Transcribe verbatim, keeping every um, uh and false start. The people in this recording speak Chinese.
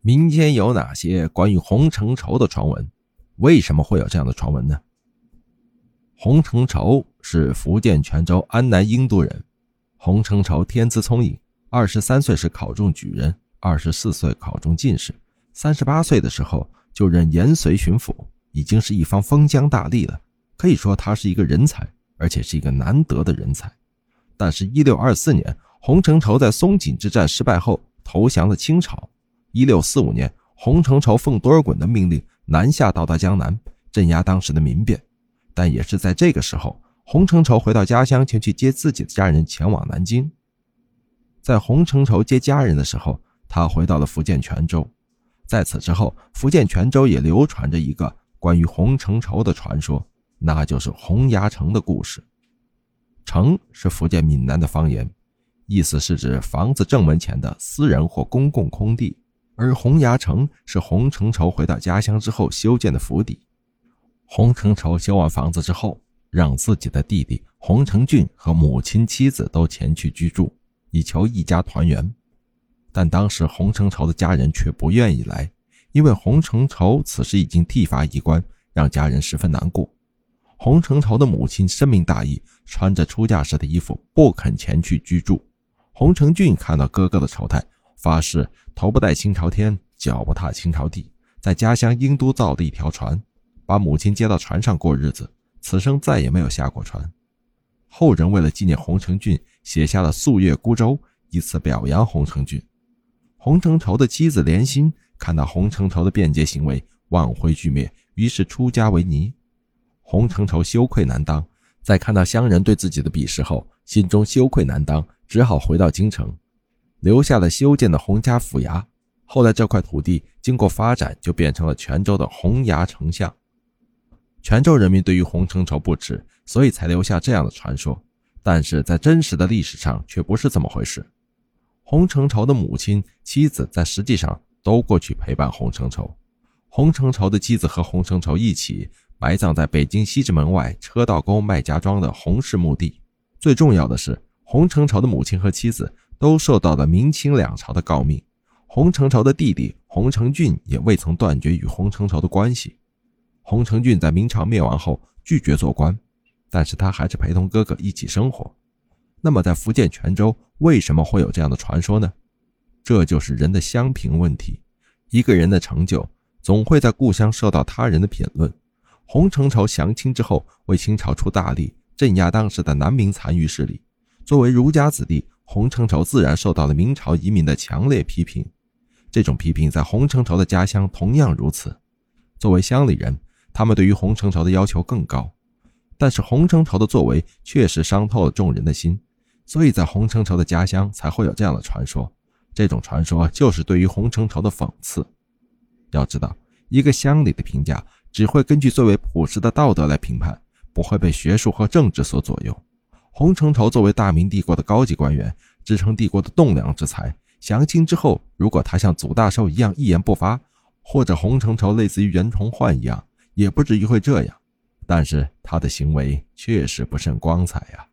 民间有哪些关于洪承畴的传闻？为什么会有这样的传闻呢？洪承畴是福建泉州安南英都人。洪承畴天资聪颖，二十三岁时考中举人，二十四岁考中进士，三十八岁的时候就任延绥巡抚，已经是一方封疆大吏了。可以说他是一个人才，而且是一个难得的人才。但是一六二四年，洪承畴在松锦之战失败后投降了清朝。一六四五年，洪承畴奉多尔衮的命令南下到达江南，镇压当时的民变。但也是在这个时候，洪承畴回到家乡前去接自己的家人前往南京。在洪承畴接家人的时候，他回到了福建泉州。在此之后，福建泉州也流传着一个关于洪承畴的传说，那就是洪崖城的故事。城是福建闽南的方言，意思是指房子正门前的私人或公共空地，而洪崖城是洪承畴回到家乡之后修建的府邸。洪承畴修完房子之后，让自己的弟弟洪承俊和母亲妻子都前去居住，以求一家团圆。但当时洪承畴的家人却不愿意来，因为洪承畴此时已经剃发衣冠，让家人十分难过。洪承畴的母亲深明大义，穿着出嫁时的衣服不肯前去居住。洪承俊看到哥哥的丑态，发誓头不戴清朝天，脚不踏清朝地，在家乡英都造了一条船，把母亲接到船上过日子，此生再也没有下过船。后人为了纪念洪承俊，写下了《素月孤舟》，以此表扬洪承俊。洪承畴的妻子莲心看到洪承畴的变节行为，万灰俱灭，于是出家为尼。洪承畴羞愧难当，在看到乡人对自己的鄙视后，心中羞愧难当，只好回到京城，留下了修建的洪家府衙。后来这块土地经过发展，就变成了泉州的洪崖城巷。泉州人民对于洪承畴不耻，所以才留下这样的传说，但是在真实的历史上却不是这么回事。洪承畴的母亲、妻子在实际上都过去陪伴洪承畴。洪承畴的妻子和洪承畴一起埋葬在北京西直门外车道沟麦家庄的洪氏墓地。最重要的是，洪承畴的母亲和妻子都受到了明清两朝的诰命，洪承畴的弟弟洪承俊也未曾断绝与洪承畴的关系。洪承俊在明朝灭亡后拒绝做官，但是他还是陪同哥哥一起生活。那么在福建泉州为什么会有这样的传说呢？这就是人的乡评问题。一个人的成就总会在故乡受到他人的评论。洪承畴降清之后，为清朝出大力，镇压当时的南明残余势力。作为儒家子弟，洪承畴自然受到了明朝移民的强烈批评。这种批评在洪承畴的家乡同样如此。作为乡里人，他们对于洪承畴的要求更高。但是洪承畴的作为确实伤透了众人的心，所以在洪承畴的家乡才会有这样的传说。这种传说就是对于洪承畴的讽刺。要知道，一个乡里的评价只会根据最为朴实的道德来评判，不会被学术和政治所左右。洪承畴作为大明帝国的高级官员，支撑帝国的栋梁之才，降清之后，如果他像祖大寿一样一言不发，或者洪承畴类似于袁崇焕一样，也不至于会这样。但是他的行为确实不甚光彩呀、啊。